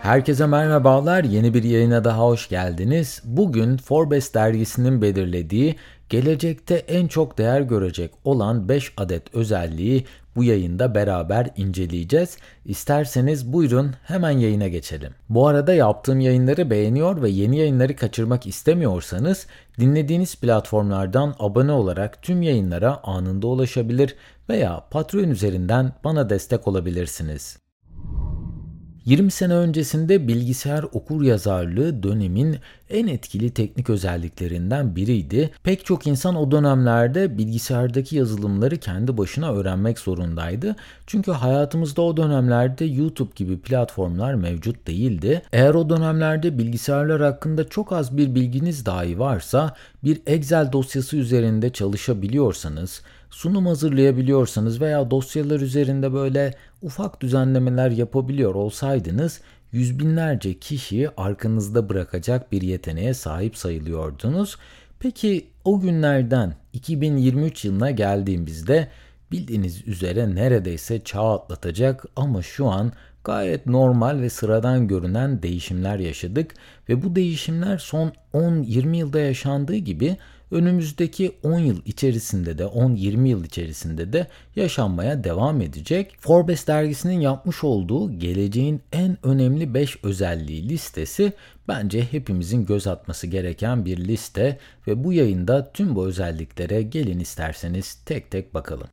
Herkese merhabalar, yeni bir yayına daha hoş geldiniz. Bugün Forbes dergisinin belirlediği gelecekte en çok değer görecek olan 5 adet özelliği bu yayında beraber inceleyeceğiz. İsterseniz buyurun hemen yayına geçelim. Bu arada yaptığım yayınları beğeniyor ve yeni yayınları kaçırmak istemiyorsanız dinlediğiniz platformlardan abone olarak tüm yayınlara anında ulaşabilir veya Patreon üzerinden bana destek olabilirsiniz. 20 sene öncesinde bilgisayar okuryazarlığı dönemin en etkili teknik özelliklerinden biriydi. Pek çok insan o dönemlerde bilgisayardaki yazılımları kendi başına öğrenmek zorundaydı. Çünkü hayatımızda o dönemlerde YouTube gibi platformlar mevcut değildi. Eğer o dönemlerde bilgisayarlar hakkında çok az bir bilginiz dahi varsa, bir Excel dosyası üzerinde çalışabiliyorsanız, sunum hazırlayabiliyorsanız veya dosyalar üzerinde böyle ufak düzenlemeler yapabiliyor olsaydınız, yüz binlerce kişiyi arkanızda bırakacak bir yeteneğe sahip sayılıyordunuz. Peki o günlerden 2023 yılına geldiğimizde bildiğiniz üzere neredeyse çağ atlatacak ama şu an gayet normal ve sıradan görünen değişimler yaşadık ve bu değişimler son 10-20 yılda yaşandığı gibi önümüzdeki 10 yıl içerisinde de 10-20 yıl içerisinde de yaşanmaya devam edecek. Forbes dergisinin yapmış olduğu geleceğin en önemli 5 özelliği listesi bence hepimizin göz atması gereken bir liste ve bu yayında tüm bu özelliklere gelin isterseniz tek tek bakalım.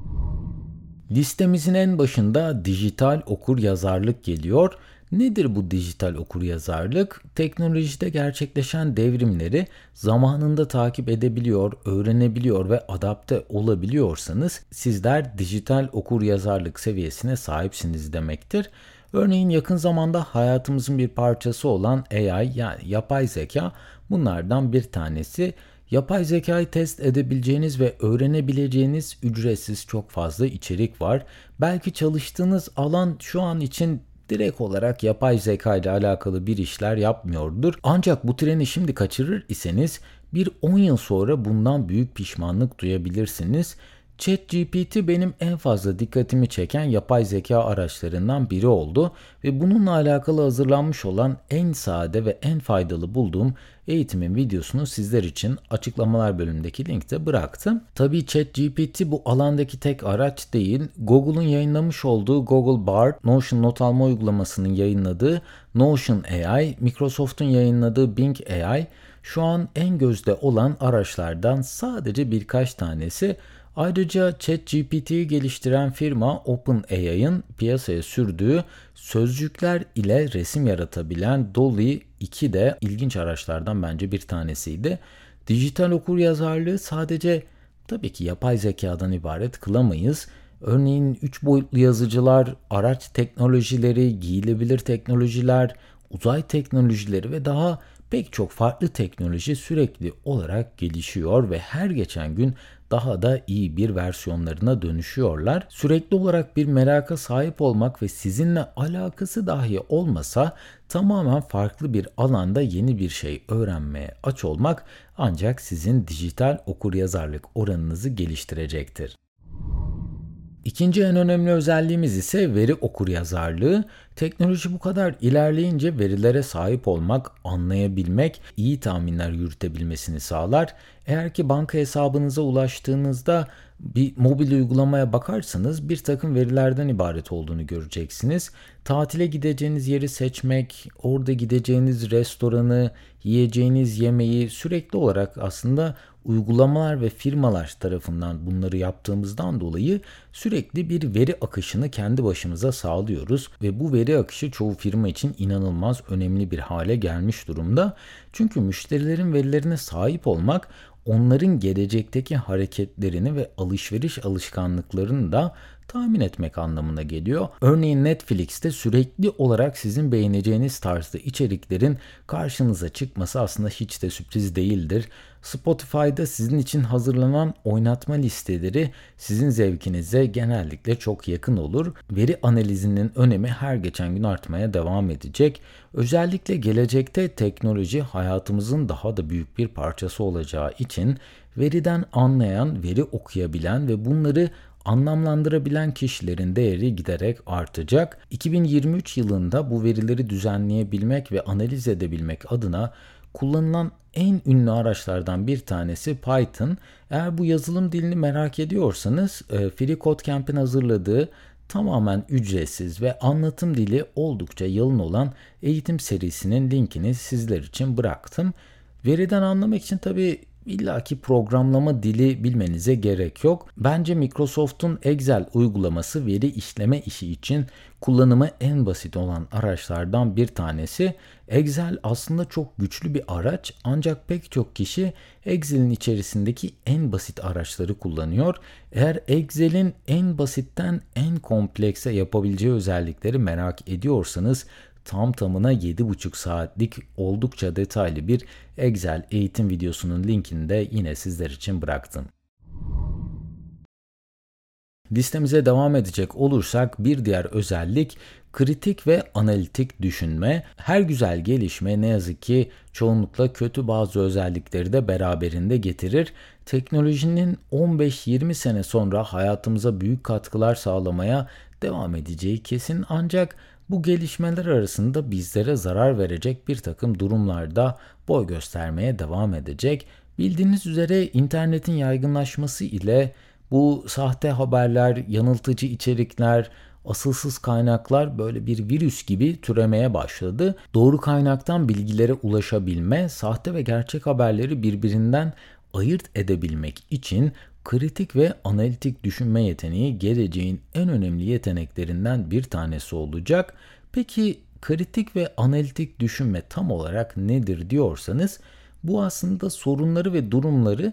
Listemizin en başında dijital okuryazarlık geliyor. Nedir bu dijital okuryazarlık? Teknolojide gerçekleşen devrimleri zamanında takip edebiliyor, öğrenebiliyor ve adapte olabiliyorsanız sizler dijital okuryazarlık seviyesine sahipsiniz demektir. Örneğin yakın zamanda hayatımızın bir parçası olan AI yani yapay zeka bunlardan bir tanesi. Yapay zekayı test edebileceğiniz ve öğrenebileceğiniz ücretsiz çok fazla içerik var. Belki çalıştığınız alan şu an için direkt olarak yapay zeka ile alakalı bir işler yapmıyordur. Ancak bu treni şimdi kaçırır iseniz bir 10 yıl sonra bundan büyük pişmanlık duyabilirsiniz. ChatGPT benim en fazla dikkatimi çeken yapay zeka araçlarından biri oldu ve bununla alakalı hazırlanmış olan en sade ve en faydalı bulduğum eğitimin videosunu sizler için açıklamalar bölümündeki linkte bıraktım. Tabii ChatGPT bu alandaki tek araç değil. Google'un yayınlamış olduğu Google Bard, Notion not alma uygulamasının yayınladığı Notion AI, Microsoft'un yayınladığı Bing AI şu an en gözde olan araçlardan sadece birkaç tanesi. Ayrıca ChatGPT'yi geliştiren firma OpenAI'ın piyasaya sürdüğü sözcükler ile resim yaratabilen DALL-E 2 de ilginç araçlardan bence bir tanesiydi. Dijital okuryazarlığı sadece tabii ki yapay zekadan ibaret kılamayız. Örneğin 3 boyutlu yazıcılar, araç teknolojileri, giyilebilir teknolojiler, uzay teknolojileri ve daha pek çok farklı teknoloji sürekli olarak gelişiyor ve her geçen gün daha da iyi bir versiyonlarına dönüşüyorlar. Sürekli olarak bir meraka sahip olmak ve sizinle alakası dahi olmasa tamamen farklı bir alanda yeni bir şey öğrenmeye aç olmak ancak sizin dijital okuryazarlık oranınızı geliştirecektir. İkinci en önemli özelliğimiz ise veri okuryazarlığı. Teknoloji bu kadar ilerleyince verilere sahip olmak, anlayabilmek, iyi tahminler yürütebilmesini sağlar. Eğer ki banka hesabınıza ulaştığınızda bir mobil uygulamaya bakarsanız bir takım verilerden ibaret olduğunu göreceksiniz. Tatile gideceğiniz yeri seçmek, orada gideceğiniz restoranı, yiyeceğiniz yemeği sürekli olarak aslında uygulamalar ve firmalar tarafından bunları yaptığımızdan dolayı sürekli bir veri akışını kendi başımıza sağlıyoruz ve bu veri akışı çoğu firma için inanılmaz önemli bir hale gelmiş durumda. Çünkü müşterilerin verilerine sahip olmak onların gelecekteki hareketlerini ve alışveriş alışkanlıklarını da tahmin etmek anlamına geliyor. Örneğin Netflix'te sürekli olarak sizin beğeneceğiniz tarzda içeriklerin karşınıza çıkması aslında hiç de sürpriz değildir. Spotify'da sizin için hazırlanan oynatma listeleri sizin zevkinize genellikle çok yakın olur. Veri analizinin önemi her geçen gün artmaya devam edecek. Özellikle gelecekte teknoloji hayatımızın daha da büyük bir parçası olacağı için veriden anlayan, veri okuyabilen ve bunları anlamlandırabilen kişilerin değeri giderek artacak. 2023 yılında bu verileri düzenleyebilmek ve analiz edebilmek adına kullanılan en ünlü araçlardan bir tanesi Python. Eğer bu yazılım dilini merak ediyorsanız FreeCodeCamp'in hazırladığı tamamen ücretsiz ve anlatım dili oldukça yalın olan eğitim serisinin linkini sizler için bıraktım. Veriden anlamak için tabii illaki programlama dili bilmenize gerek yok. Bence Microsoft'un Excel uygulaması veri işleme işi için kullanımı en basit olan araçlardan bir tanesi. Excel aslında çok güçlü bir araç ancak pek çok kişi Excel'in içerisindeki en basit araçları kullanıyor. Eğer Excel'in en basitten en komplekse yapabileceği özellikleri merak ediyorsanız tam tamına 7,5 saatlik oldukça detaylı bir Excel eğitim videosunun linkini de yine sizler için bıraktım. Listemize devam edecek olursak bir diğer özellik kritik ve analitik düşünme. Her güzel gelişme ne yazık ki çoğunlukla kötü bazı özellikleri de beraberinde getirir. Teknolojinin 15-20 sene sonra hayatımıza büyük katkılar sağlamaya devam edeceği kesin, ancak bu gelişmeler arasında bizlere zarar verecek bir takım durumlarda boy göstermeye devam edecek. Bildiğiniz üzere internetin yaygınlaşması ile bu sahte haberler, yanıltıcı içerikler, asılsız kaynaklar böyle bir virüs gibi türemeye başladı. Doğru kaynaktan bilgilere ulaşabilme, sahte ve gerçek haberleri birbirinden ayırt edebilmek için kritik ve analitik düşünme yeteneği geleceğin en önemli yeteneklerinden bir tanesi olacak. Peki kritik ve analitik düşünme tam olarak nedir diyorsanız, bu aslında sorunları ve durumları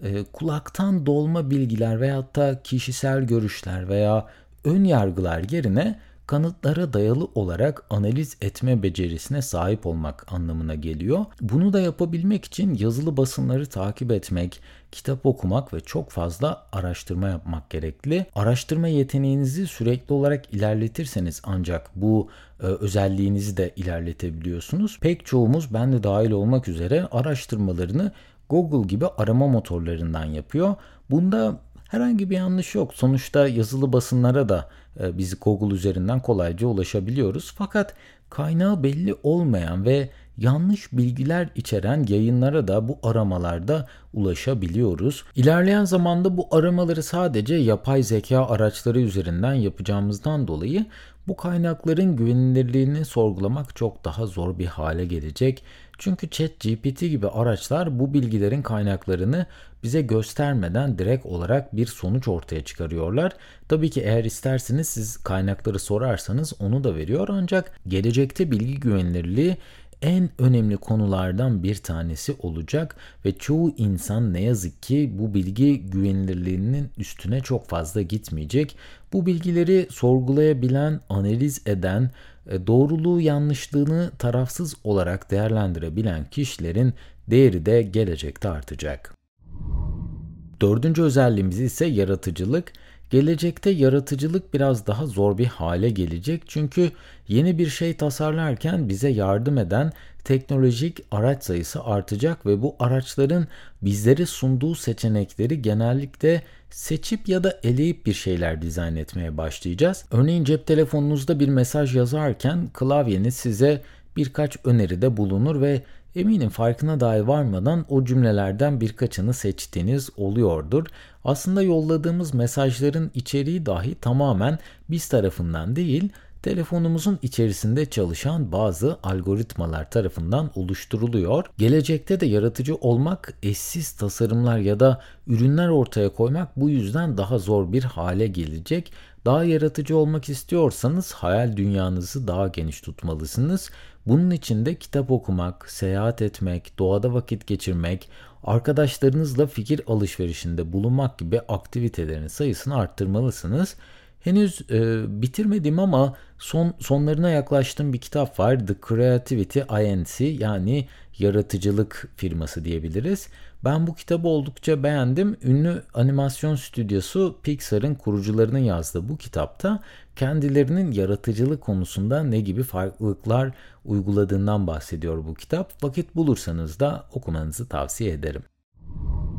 kulaktan dolma bilgiler veyahut da kişisel görüşler veya ön yargılar yerine kanıtlara dayalı olarak analiz etme becerisine sahip olmak anlamına geliyor. Bunu da yapabilmek için yazılı basınları takip etmek, kitap okumak ve çok fazla araştırma yapmak gerekli. Araştırma yeteneğinizi sürekli olarak ilerletirseniz ancak bu özelliğinizi de ilerletebiliyorsunuz. Pek çoğumuz, ben de dahil olmak üzere, araştırmalarını Google gibi arama motorlarından yapıyor. Bunda herhangi bir yanlış yok. Sonuçta yazılı basınlara da biz Google üzerinden kolayca ulaşabiliyoruz. Fakat kaynağı belli olmayan ve yanlış bilgiler içeren yayınlara da bu aramalarda ulaşabiliyoruz. İlerleyen zamanda bu aramaları sadece yapay zeka araçları üzerinden yapacağımızdan dolayı bu kaynakların güvenilirliğini sorgulamak çok daha zor bir hale gelecek. Çünkü ChatGPT gibi araçlar bu bilgilerin kaynaklarını bize göstermeden direkt olarak bir sonuç ortaya çıkarıyorlar. Tabii ki eğer isterseniz siz kaynakları sorarsanız onu da veriyor, ancak gelecekte bilgi güvenilirliği en önemli konulardan bir tanesi olacak ve çoğu insan ne yazık ki bu bilgi güvenilirliğinin üstüne çok fazla gitmeyecek. Bu bilgileri sorgulayabilen, analiz eden, doğruluğu yanlışlığını tarafsız olarak değerlendirebilen kişilerin değeri de gelecekte artacak. Dördüncü özelliğimiz ise yaratıcılık. Gelecekte yaratıcılık biraz daha zor bir hale gelecek, çünkü yeni bir şey tasarlarken bize yardım eden teknolojik araç sayısı artacak ve bu araçların bizlere sunduğu seçenekleri genellikle seçip ya da eleyip bir şeyler dizayn etmeye başlayacağız. Örneğin cep telefonunuzda bir mesaj yazarken klavyeniz size birkaç öneride bulunur ve eminim farkına dahi varmadan o cümlelerden birkaçını seçtiğiniz oluyordur. Aslında yolladığımız mesajların içeriği dahi tamamen biz tarafından değil, telefonumuzun içerisinde çalışan bazı algoritmalar tarafından oluşturuluyor. Gelecekte de yaratıcı olmak, eşsiz tasarımlar ya da ürünler ortaya koymak bu yüzden daha zor bir hale gelecek. Daha yaratıcı olmak istiyorsanız hayal dünyanızı daha geniş tutmalısınız. Bunun için de kitap okumak, seyahat etmek, doğada vakit geçirmek, arkadaşlarınızla fikir alışverişinde bulunmak gibi aktivitelerin sayısını arttırmalısınız. Henüz bitirmedim ama sonlarına yaklaştığım bir kitap var. The Creativity Inc. yani yaratıcılık firması diyebiliriz. Ben bu kitabı oldukça beğendim. Ünlü animasyon stüdyosu Pixar'ın kurucularının yazdığı bu kitapta kendilerinin yaratıcılık konusunda ne gibi farklılıklar uyguladığından bahsediyor bu kitap. Vakit bulursanız da okumanızı tavsiye ederim.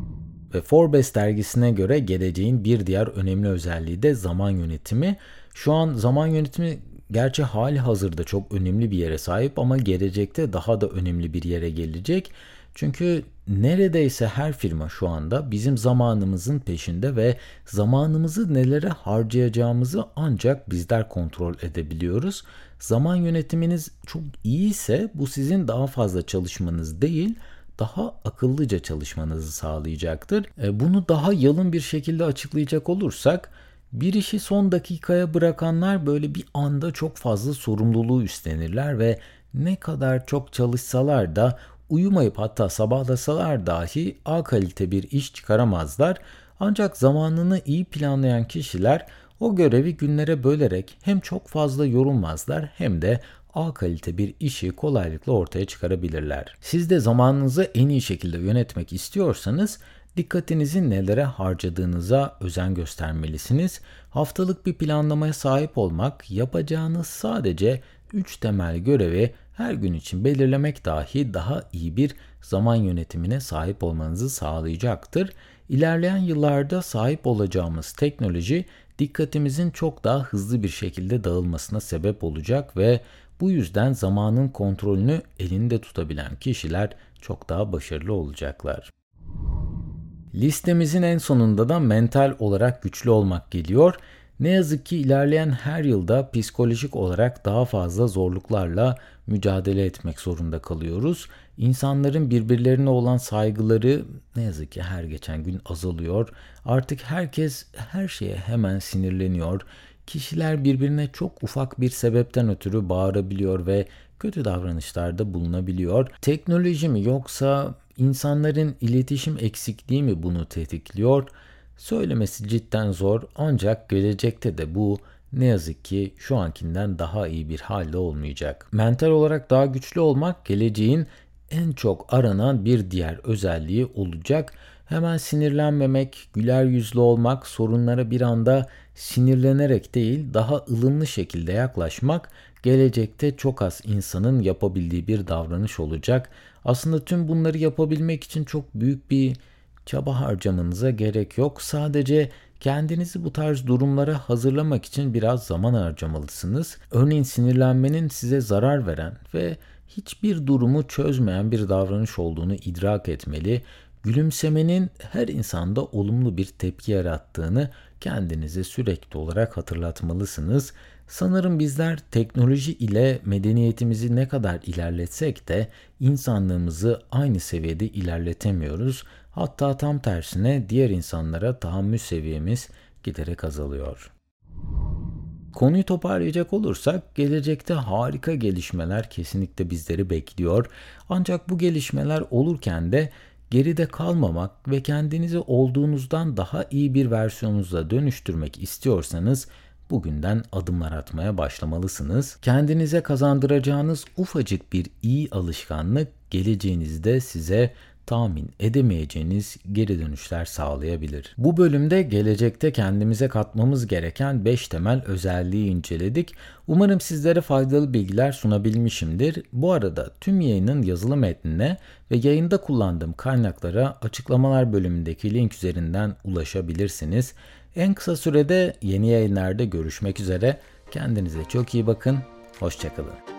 Ve Forbes dergisine göre geleceğin bir diğer önemli özelliği de zaman yönetimi. Şu an zaman yönetimi gerçi hali hazırda çok önemli bir yere sahip ama gelecekte daha da önemli bir yere gelecek. Çünkü neredeyse her firma şu anda bizim zamanımızın peşinde ve zamanımızı nelere harcayacağımızı ancak bizler kontrol edebiliyoruz. Zaman yönetiminiz çok iyiyse bu sizin daha fazla çalışmanız değil, daha akıllıca çalışmanızı sağlayacaktır. Bunu daha yalın bir şekilde açıklayacak olursak, bir işi son dakikaya bırakanlar böyle bir anda çok fazla sorumluluğu üstlenirler ve ne kadar çok çalışsalar da uyumayıp hatta sabahlasalar dahi A kalite bir iş çıkaramazlar. Ancak zamanını iyi planlayan kişiler o görevi günlere bölerek hem çok fazla yorulmazlar hem de A kalite bir işi kolaylıkla ortaya çıkarabilirler. Siz de zamanınızı en iyi şekilde yönetmek istiyorsanız dikkatinizi nelere harcadığınıza özen göstermelisiniz. Haftalık bir planlamaya sahip olmak, yapacağınız sadece 3 temel görevi her gün için belirlemek dahi daha iyi bir zaman yönetimine sahip olmanızı sağlayacaktır. İlerleyen yıllarda sahip olacağımız teknoloji dikkatimizin çok daha hızlı bir şekilde dağılmasına sebep olacak ve bu yüzden zamanın kontrolünü elinde tutabilen kişiler çok daha başarılı olacaklar. Listemizin en sonunda da mental olarak güçlü olmak geliyor. Ne yazık ki ilerleyen her yılda psikolojik olarak daha fazla zorluklarla mücadele etmek zorunda kalıyoruz. İnsanların birbirlerine olan saygıları ne yazık ki her geçen gün azalıyor. Artık herkes her şeye hemen sinirleniyor. Kişiler birbirine çok ufak bir sebepten ötürü bağırabiliyor ve kötü davranışlarda bulunabiliyor. Teknoloji mi yoksa insanların iletişim eksikliği mi bunu tetikliyor? Söylemesi cidden zor ancak gelecekte de bu ne yazık ki şu ankinden daha iyi bir halde olmayacak. Mental olarak daha güçlü olmak geleceğin en çok aranan bir diğer özelliği olacak. Hemen sinirlenmemek, güler yüzlü olmak, sorunlara bir anda sinirlenerek değil daha ılımlı şekilde yaklaşmak gelecekte çok az insanın yapabildiği bir davranış olacak. Aslında tüm bunları yapabilmek için çok büyük bir çaba harcamanıza gerek yok. Sadece kendinizi bu tarz durumlara hazırlamak için biraz zaman harcamalısınız. Örneğin sinirlenmenin size zarar veren ve hiçbir durumu çözmeyen bir davranış olduğunu idrak etmeli. Gülümsemenin her insanda olumlu bir tepki yarattığını kendinize sürekli olarak hatırlatmalısınız. Sanırım bizler teknoloji ile medeniyetimizi ne kadar ilerletsek de insanlığımızı aynı seviyede ilerletemiyoruz. Hatta tam tersine diğer insanlara tahammül seviyemiz giderek azalıyor. Konuyu toparlayacak olursak gelecekte harika gelişmeler kesinlikle bizleri bekliyor. Ancak bu gelişmeler olurken de geride kalmamak ve kendinizi olduğunuzdan daha iyi bir versiyonunuza dönüştürmek istiyorsanız bugünden adımlar atmaya başlamalısınız. Kendinize kazandıracağınız ufacık bir iyi alışkanlık geleceğinizde size tahmin edemeyeceğiniz geri dönüşler sağlayabilir. Bu bölümde gelecekte kendimize katmamız gereken 5 temel özelliği inceledik. Umarım sizlere faydalı bilgiler sunabilmişimdir. Bu arada tüm yayının yazılı metnine ve yayında kullandığım kaynaklara açıklamalar bölümündeki link üzerinden ulaşabilirsiniz. En kısa sürede yeni yayınlarda görüşmek üzere. Kendinize çok iyi bakın. Hoşça kalın.